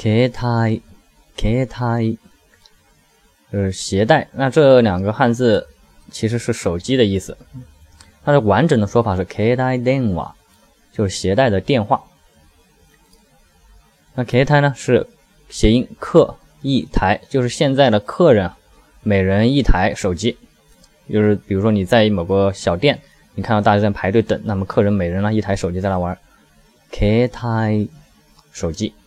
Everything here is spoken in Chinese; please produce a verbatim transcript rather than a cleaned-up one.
携帯携帯就是携带。那这两个汉字其实是手机的意思，它的完整的说法是携帯電話，就是携带的电话。那携帯呢是谐音客一台，就是现在的客人每人一台手机，就是比如说你在某个小店，你看到大家在排队等，那么客人每人呢一台手机在那玩，携帯手机。